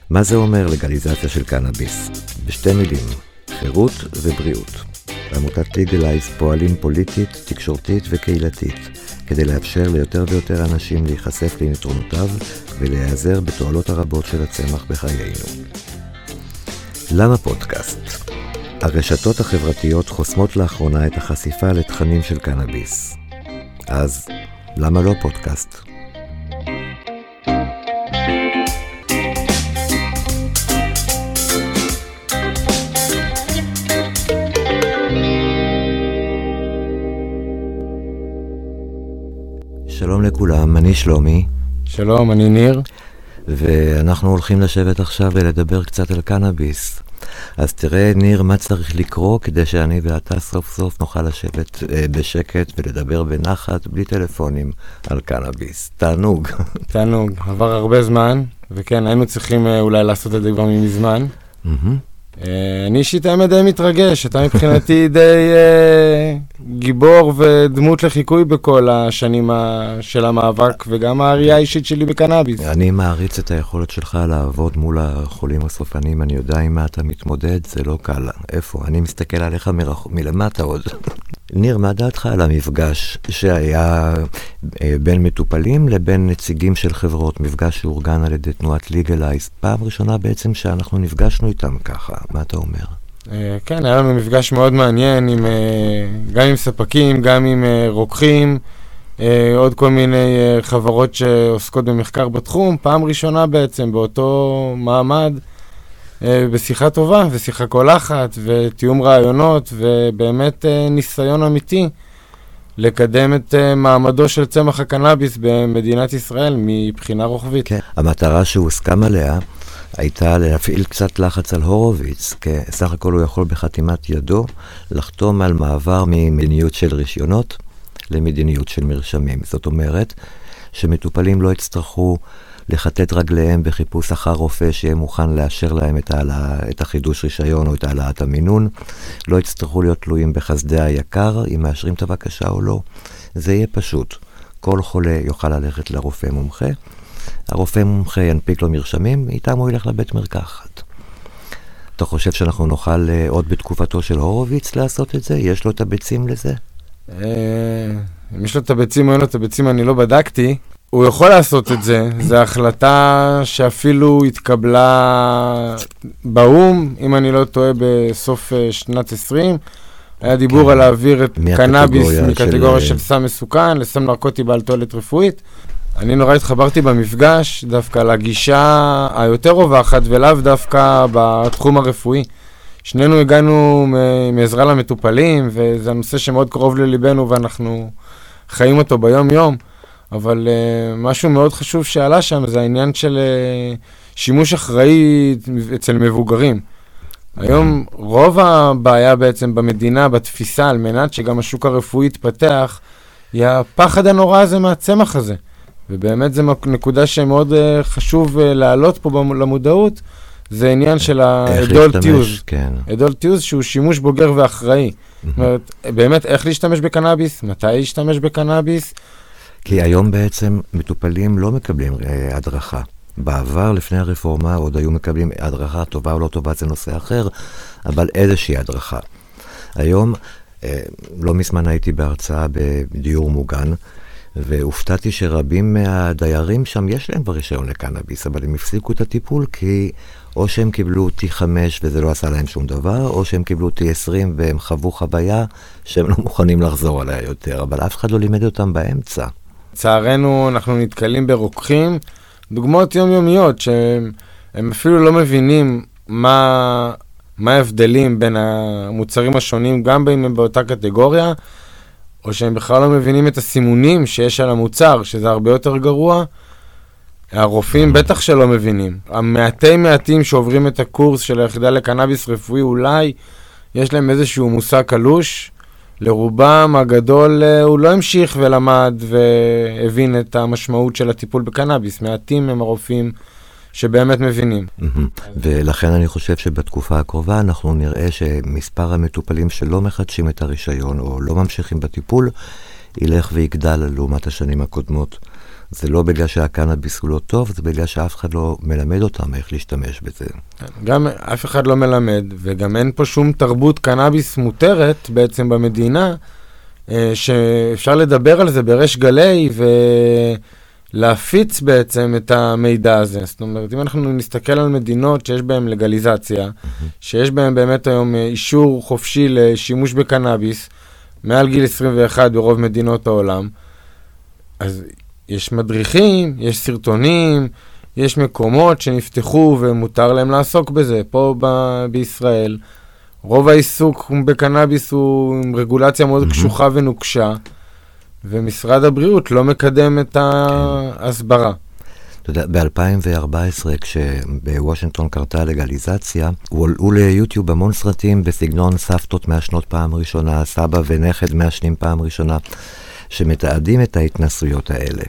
מה זה אומר לגליזציה של קנאביס? בשתי מילים, חירות ובריאות. בעמותת ליגלייז פועלים פוליטית, תקשורתית וקהילתית, כדי לאפשר ליותר ויותר אנשים להיחשף ליתרונותיו ולהיעזר בתועלות הרבות של הצמח בחיינו. למה פודקאסט? הרשתות החברתיות חוסמות לאחרונה את החשיפה לתכנים של קנאביס. אז למה לא פודקאסט? שלום לכולם, אני שלומי. שלום, אני ניר. ואנחנו הולכים לשבת עכשיו ולדבר קצת על קנאביס. אז תראה, ניר, מה צריך לקרוא כדי שאני ואתה סוף סוף נוכל לשבת בשקט ולדבר בנחת, בלי טלפונים, על קנאביס. תענוג. תענוג. עבר הרבה זמן, וכן, היינו צריכים אולי לעשות את זה כבר מזמן. אני אישית האמת די מתרגש, אתה מבחינתי די גיבור ודמות לחיקוי בכל השנים של המאבק, וגם הראייה האישית שלי בקנאביס. אני מעריץ את היכולת שלך לעבוד מול החולים הסופניים, אני יודע עם מה אתה מתמודד, זה לא קל. איפה? אני מסתכל עליך מלמטה עוד. ניר, מה דעתך על המפגש שהיה בין מטופלים לבין נציגים של חברות, מפגש שאורגן על ידי תנועת ליגלייז, פעם ראשונה בעצם שאנחנו נפגשנו איתם ככה, מה אתה אומר? כן, היה לנו מפגש מאוד מעניין, גם עם ספקים, גם עם רוקחים, עוד כל מיני חברות שעוסקות במחקר בתחום, פעם ראשונה בעצם באותו מעמד, בשיחה טובה ושיחה קולחת ותיאום רעיונות ובאמת ניסיון אמיתי לקדם את מעמדו של צמח הקנאביס במדינת ישראל מבחינה רוחבית. כן, המטרה שהוסכם עליה הייתה להפעיל קצת לחץ על הורוביץ, כי סך הכל הוא יכול בחתימת ידו לחתום על מעבר ממדיניות של רישיונות למדיניות של מרשמים. זאת אומרת שמטופלים לא יצטרכו לחטט רגליהם בחיפוש אחר רופא שיהיה מוכן לאשר להם את החידוש רישיון או את העלאת המינון. לא יצטרכו להיות תלויים בחסדי היקר, אם מאשרים את הבקשה או לא. זה יהיה פשוט. כל חולה יוכל ללכת לרופא מומחה. הרופא מומחה ינפיק לו מרשמים, איתם הוא ילך לבית מרקחת. אתה חושב שאנחנו נוכל עוד בתקופתו של הורוביץ לעשות את זה? יש לו את הביצים לזה? אם יש לו את הביצים או אין לו את הביצים, אני לא בדקתי. הוא יכול לעשות את זה, זו החלטה שאפילו התקבלה באום, אם אני לא טועה בסוף שנת 20, היה דיבור על להעביר את קנאביס מקטגוריה של סם מסוכן לסם נרקוטי בעל תועלת רפואית. אני נורא התחברתי במפגש דווקא לגישה היותר רווחת ולאו דווקא בתחום הרפואי. שנינו הגענו מעזרה למטופלים, וזה הנושא שמאוד קרוב לליבנו ואנחנו חיים אותו ביום יום. אבל משהו מאוד חשוב שעלה שם זה העניין של שימוש אחראי אצל מבוגרים. היום רוב הבעיה בעצם במדינה, בתפיסה, על מנת שגם השוק הרפואי יתפתח, היא הפחד הנורא הזה מהצמח הזה. ובאמת זו נקודה שמאוד חשוב להעלות פה למודעות, זה עניין של ה-adult use. adult use שהוא שימוש בוגר ואחראי. זאת אומרת, באמת איך להשתמש בקנאביס, מתי להשתמש בקנאביס, כי היום בעצם מטופלים לא מקבלים הדרכה. בעבר, לפני הרפורמה, עוד היו מקבלים הדרכה טובה או לא טובה, זה נושא אחר, אבל איזושהי הדרכה. היום, לא מזמן הייתי בהרצאה בדיור מוגן, והופתעתי שרבים מהדיירים שם יש להם ברישיון לקנאביס, אבל הם הפסיקו את הטיפול כי או שהם קיבלו T5 וזה לא עשה להם שום דבר, או שהם קיבלו T20 והם חוו חוויה שהם לא מוכנים לחזור עליה יותר, אבל אף אחד לא לימד אותם באמצע. לצערנו אנחנו נתקלים ברוקחים, דוגמאות יומיומיות שהם אפילו לא מבינים מה ההבדלים בין המוצרים השונים, גם בין הם באותה קטגוריה, או שהם בכלל לא מבינים את הסימונים שיש על המוצר, שזה הרבה יותר גרוע. הרופאים בטח שלא מבינים. המעטים שעוברים את הקורס של היחידה לקנאביס רפואי, אולי יש להם איזשהו מושג קלוש, לרובם הגדול הוא לא המשיך ולמד והבין את המשמעות של הטיפול בקנאביס. מעטים הם הרופאים שבאמת מבינים. ולכן אני חושב שבתקופה הקרובה אנחנו נראה שמספר המטופלים שלא מחדשים את הרישיון או לא ממשיכים בטיפול, ילך ויגדל לעומת השנים הקודמות. זה לא בגלל שהקנאביס הוא לא טוב, זה בגלל שאף אחד לא מלמד אותם איך להשתמש בזה. גם אף אחד לא מלמד, וגם אין פה שום תרבות קנאביס מותרת בעצם במדינה, שאפשר לדבר על זה ברש גלי ולהפיץ בעצם את המידע הזה. זאת אומרת, אם אנחנו נסתכל על מדינות שיש בהן לגליזציה, שיש בהן באמת היום אישור חופשי לשימוש בקנאביס, מעל גיל 21 ברוב מדינות העולם, אז יש מדריכים, יש סרטונים, יש מקומות שנפתחו ומותר להם לעסוק בזה. פה בישראל, רוב העיסוק בקנאביס הוא עם רגולציה מאוד קשוחה ונוקשה, ומשרד הבריאות לא מקדם את ההסברה. אתה יודע, ב-2014, כשבוושינגטון קרתה לגליזציה, הועלו ליוטיוב המון סרטים בסגנון סבתות מהשנות פעם ראשונה, סבא ונכד מהשנים פעם ראשונה, שמתעדים את ההתנסויות האלה.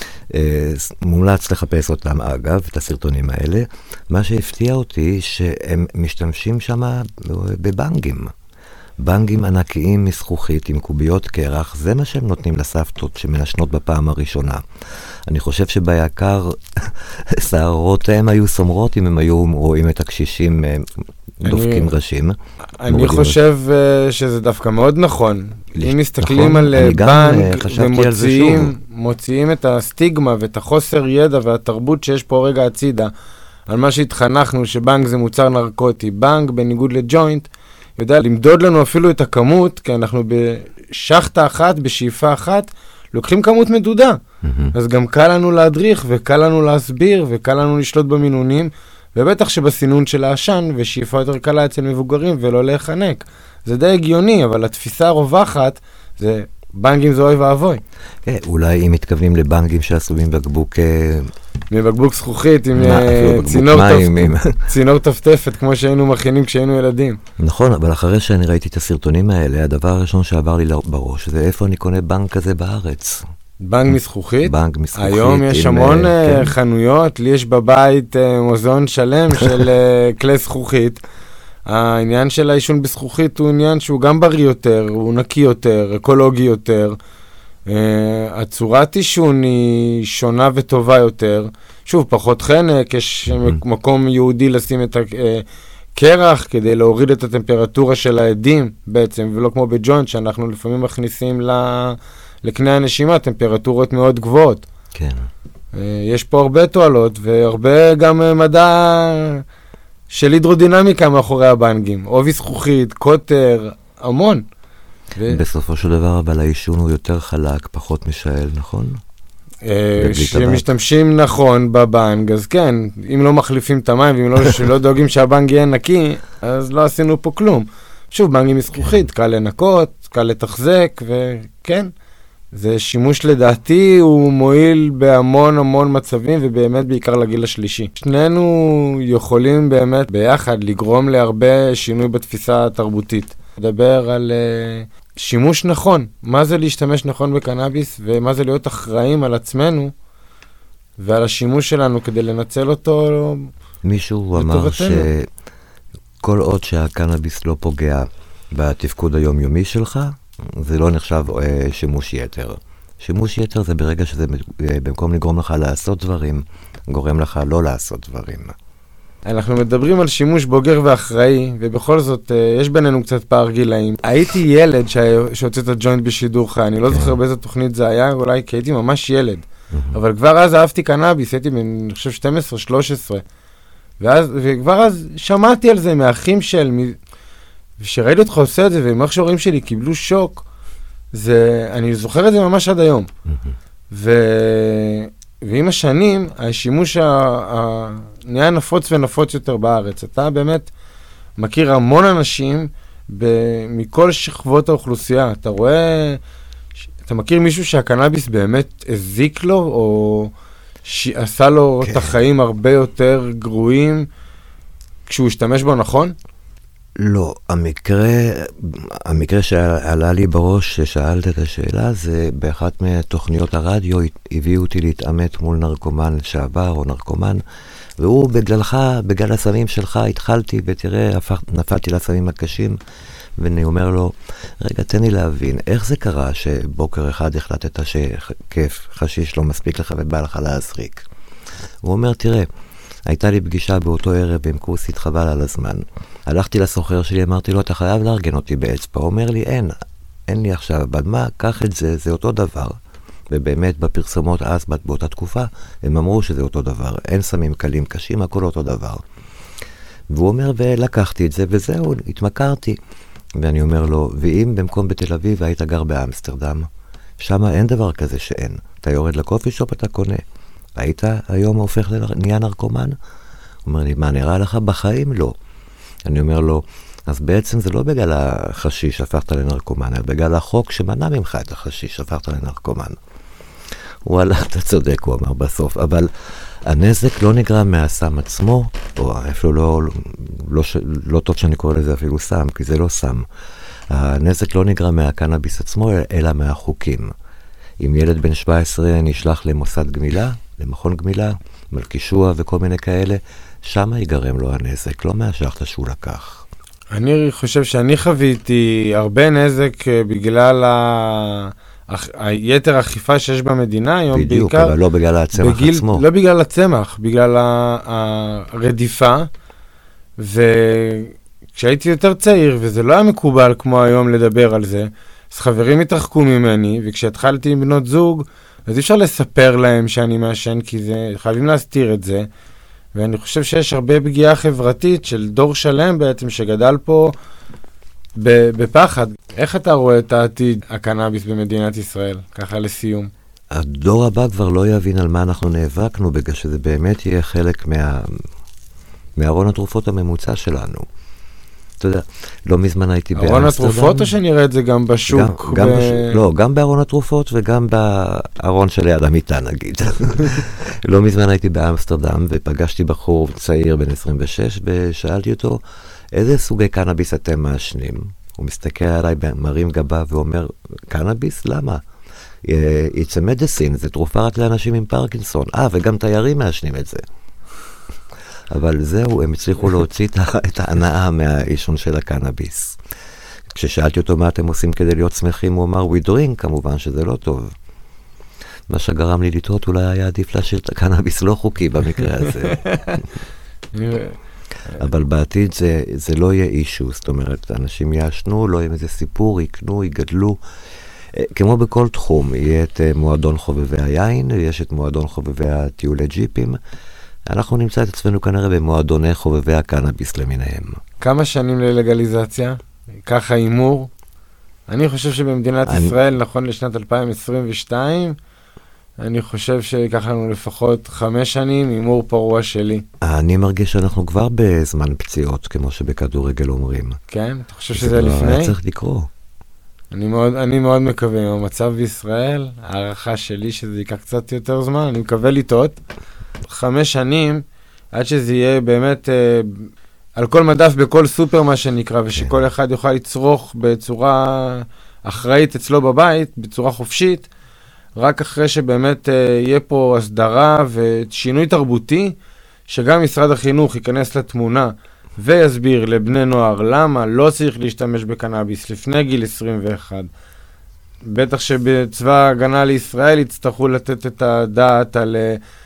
מומלץ לחפש אותם אגב, את הסרטונים האלה. מה שהפתיע אותי שהם משתמשים שם בבנגים. בנגים ענקיים מזכוכית עם קוביות קרח, זה מה שהם נותנים לסבתות שמנשנות בפעם הראשונה. אני חושב שביקר שערותיהם היו סומרות אם הם היו רואים את הקשישים דופקים ראשים. אני חושב שזה דווקא מאוד נכון. אם מסתכלים על בנק ומוציאים את הסטיגמה ואת החוסר ידע והתרבות שיש פה רגע הצידה, על מה שהתחנכנו שבנק זה מוצר נרקוטי. בנק בניגוד לג'וינט יודע למדוד לנו אפילו את הכמות, כי אנחנו בשחטה אחת, בשאיפה אחת, לוקחים כמות מדודה. אז גם קל לנו להדריך, וקל לנו להסביר, וקל לנו לשלוט במינונים, ובטח שבסינון של העשן, ושאיפה יותר קלה אצל מבוגרים, ולא להיחנק. זה די הגיוני, אבל התפיסה הרווחת, זה בנגים זה אוי ואבוי. אולי אם מתכוונים לבנגים שעשויים בקבוק... מבקבוק זכוכית, עם צינור טפטפת, כמו שהיינו מכינים כשהיינו ילדים. נכון, אבל אחרי שאני ראיתי את הסרטונים האלה, הדבר הראשון שעבר לי בראש, זה איפה אני קונה בנק כזה בארץ. בנק מזכוכית? בנק מזכוכית. היום יש המון חנויות, לי יש בבית מוזיאון שלם של כלי זכוכית. העניין של העישון בזכוכית הוא עניין שהוא גם בריא יותר, הוא נקי יותר, אקולוגי יותר. הצורת עישון היא שונה וטובה יותר. שוב, פחות חנק, יש מקום יהודי לשים את הקרח כדי להוריד את הטמפרטורה של העדים בעצם, ולא כמו בג'וינט שאנחנו לפעמים מכניסים לקנה הנשימה טמפרטורות מאוד גבוהות. כן. יש פה הרבה תועלות והרבה גם מדע של הידרודינמיקה מאחורי הבנגים. עובי זכוכית, קוטר, המון. בסופו של דבר, אבל העישון הוא יותר חלק, פחות משאל, נכון? שמשתמשים נכון בבנג, אז כן, אם לא מחליפים את המים, ואם לא דואגים שהבנג יהיה נקי, אז לא עשינו פה כלום. שוב, בנגים מזכוכית, קל לנקות, קל לתחזק, וכן, זה שימוש לדעתי, הוא מועיל בהמון המון מצבים, ובאמת בעיקר לגיל השלישי. שנינו יכולים באמת ביחד לגרום להרבה שינוי בתפיסה התרבותית. לדבר על שימוש נכון, מה זה להשתמש נכון בקנאביס, ומה זה להיות אחראים על עצמנו, ועל השימוש שלנו כדי לנצל אותו. מישהו אמר שכל עוד שהקנאביס לא פוגע בתפקוד היומיומי שלך, זה לא נחשב שימוש יתר. שימוש יתר זה ברגע שזה במקום לגרום לך לעשות דברים, גורם לך לא לעשות דברים. אנחנו מדברים על שימוש בוגר ואחראי, ובכל זאת יש בינינו קצת פער גילאים. הייתי ילד שהוצא את הג'וינט בשידור חי, אני לא זוכר באיזה תוכנית זה היה, אולי כי הייתי ממש ילד. אבל כבר אז אהבתי קנאביס, הייתי אני חושב 12-13. וכבר אז שמעתי על זה מאחים ושראיתי אותך עושה את זה, ועם איך שההורים שלי קיבלו שוק, אני זוכר את זה ממש עד היום. ועם השנים, השימוש נהיה נפוץ ונפוץ יותר בארץ. אתה באמת מכיר המון אנשים מכל שכבות האוכלוסייה. אתה רואה, אתה מכיר מישהו שהקנאביס באמת הזיק לו, או עשה לו את החיים הרבה יותר גרועים כשהוא השתמש בו נכון? לא, המקרה שעלה לי בראש ששאלת את השאלה, זה באחת מתוכניות הרדיו הביאו אותי להתעמת מול נרקומן לשעבר או נרקומן, והוא בגלל הסמים שלך התחלתי, ותראה, נפלתי לסמים הקשים, ואני אומר לו, רגע, תן לי להבין, איך זה קרה שבוקר אחד החלטת שכיף, חשיש לא מספיק לך ובא לך להזריק? הוא אומר, תראה, הייתה לי פגישה באותו ערב עם קורסית חבל על הזמן. הלכתי לסוחר שלי, אמרתי לו, אתה חייב לארגן אותי באצבע. הוא אומר לי, אין לי עכשיו, אבל מה, קח את זה, זה אותו דבר. ובאמת בפרסומות אז, באותה תקופה, הם אמרו שזה אותו דבר. אין סמים קלים קשים, הכל אותו דבר. והוא אומר, ולקחתי את זה, וזהו, התמכרתי. ואני אומר לו, ואם במקום בתל אביב היית גר באמסטרדם, שם אין דבר כזה שאין. אתה יורד לקופי שופ, אתה קונה. היית היום הופך נהיה נרקומן? הוא אומר לי, מה נראה לך? בחיים לא. אני אומר לו, אז בעצם זה לא בגלל החשיש הפכת לנרקומן, אלא בגלל החוק שמנע ממך את החשיש הפכת לנרקומן. וואלה, אתה צודק, הוא אמר בסוף, אבל הנזק לא נגרם מהסם עצמו, או אפילו לא טוב שאני קורא לזה אפילו סם, כי זה לא סם. הנזק לא נגרם מהקנאביס עצמו, אלא מהחוקים. אם ילד בן 17 נשלח למוסד גמילה, למכון גמילה, מלכישוע וכל מיני כאלה, שם ייגרם לו הנזק, לא מהשחטה שהוא לקח. אני חושב שאני חוויתי הרבה נזק בגלל היתר אכיפה שיש במדינה היום. בדיוק, בעיקר, אבל לא בגלל הצמח עצמו. לא בגלל הצמח, בגלל הרדיפה. וכשהייתי יותר צעיר, וזה לא היה מקובל כמו היום לדבר על זה, אז חברים התרחקו ממני, וכשהתחלתי עם בנות זוג, אז אי אפשר לספר להם שאני מעשן, כי חייבים להסתיר את זה. ואני חושב שיש הרבה פגיעה חברתית של דור שלם בעצם שגדל פה בפחד. איך אתה רואה את העתיד הקנאביס במדינת ישראל? ככה לסיום. הדור הבא כבר לא יבין על מה אנחנו נאבקנו, בגלל שזה באמת יהיה חלק מארון התרופות הממוצע שלנו. אתה יודע, לא מזמן הייתי באמסטרדם. ארון התרופות או שנראה את זה גם בשוק? לא, גם בארון התרופות וגם בארון שליד המיטה נגיד. לא מזמן הייתי באמסטרדם ופגשתי בחור צעיר בן 26 ושאלתי אותו, איזה סוגי קנאביס אתם מעשנים? הוא מסתכל עליי, מרים גבה ואומר, קנאביס? למה? It's a medicine, זה תרופה רק לאנשים עם פרקינסון. וגם תיירים מעשנים את זה. אבל זהו, הם הצליחו להוציא את ההנאה מהאישון של הקנאביס. כששאלתי אותו מה אתם עושים כדי להיות שמחים, הוא אמר, we drink, כמובן שזה לא טוב. מה שגרם לי לטעות, אולי היה עדיף להשאיר את הקנאביס לא חוקי במקרה הזה. אבל בעתיד זה לא יהיה אישו, זאת אומרת, אנשים יעשנו, לא יהיה איזה סיפור, יקנו, יגדלו. כמו בכל תחום, יהיה את מועדון חובבי היין, יש את מועדון חובבי הטיולי ג'יפים, אנחנו נמצא את עצמנו כנראה במועדוני חובבי הקנאביס למיניהם. כמה שנים ללגליזציה? ככה אימור? אני חושב שבמדינת ישראל, נכון לשנת 2022, אני חושב שיקח לנו לפחות 5 שנים אימור פרוע שלי. אני מרגיש שאנחנו כבר בזמן פציעות, כמו שבכדורגל אומרים. כן? אתה חושב שזה לפני? היה צריך לקרוא. אני מאוד מקווה עם המצב בישראל, הערכה שלי שזה ייקח קצת יותר זמן, אני מקווה לטעות. 5 שנים, עד שזה יהיה באמת על כל מדף בכל סופר מה שנקרא, ושכל אחד יוכל לצרוך בצורה אחראית אצלו בבית, בצורה חופשית, רק אחרי שבאמת יהיה פה הסדרה ושינוי תרבותי, שגם משרד החינוך ייכנס לתמונה ויסביר לבני נוער למה לא צריך להשתמש בקנאביס לפני גיל 21. בטח שבצבא ההגנה לישראל יצטרכו לתת את הדעת על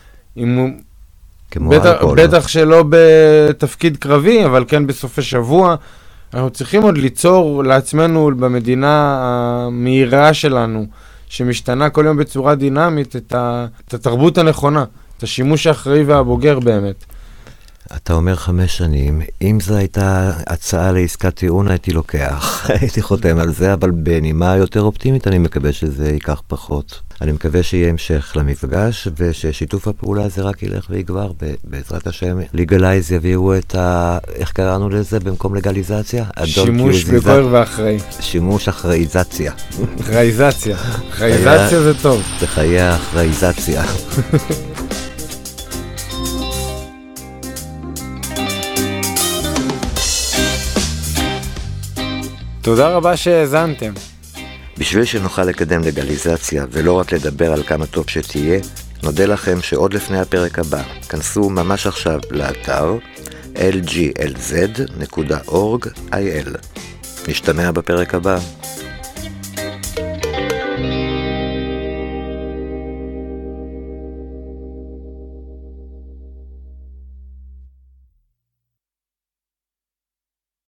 בטח שלא בתפקיד קרבי, אבל כן בסופי שבוע. אנחנו צריכים עוד ליצור לעצמנו במדינה המהירה שלנו, שמשתנה כל יום בצורה דינמית, את התרבות הנכונה, את השימוש האחראי והבוגר באמת. אתה אומר 5 שנים, אם זו הייתה הצעה לעסקת טיעון, הייתי לוקח, הייתי חותם על זה, אבל בנימה יותר אופטימית אני מקווה שזה ייקח פחות. אני מקווה שיהיה המשך למפגש, וששיתוף הפעולה הזה רק ילך ויגבר, בעזרת השם. לגלייז יביאו את איך קראנו לזה במקום לגליזציה? שימוש בגור ואחראי. שימוש אחראיזציה. אחראיזציה. אחראיזציה זה טוב. בחיי האחראיזציה. תודה רבה שהאזנתם. בשביל שנוכל לקדם לגליזציה ולא רק לדבר על כמה טוב שתהיה, נודה לכם שעוד לפני הפרק הבא, כנסו ממש עכשיו לאתר lglz.org.il. נשתמע בפרק הבא.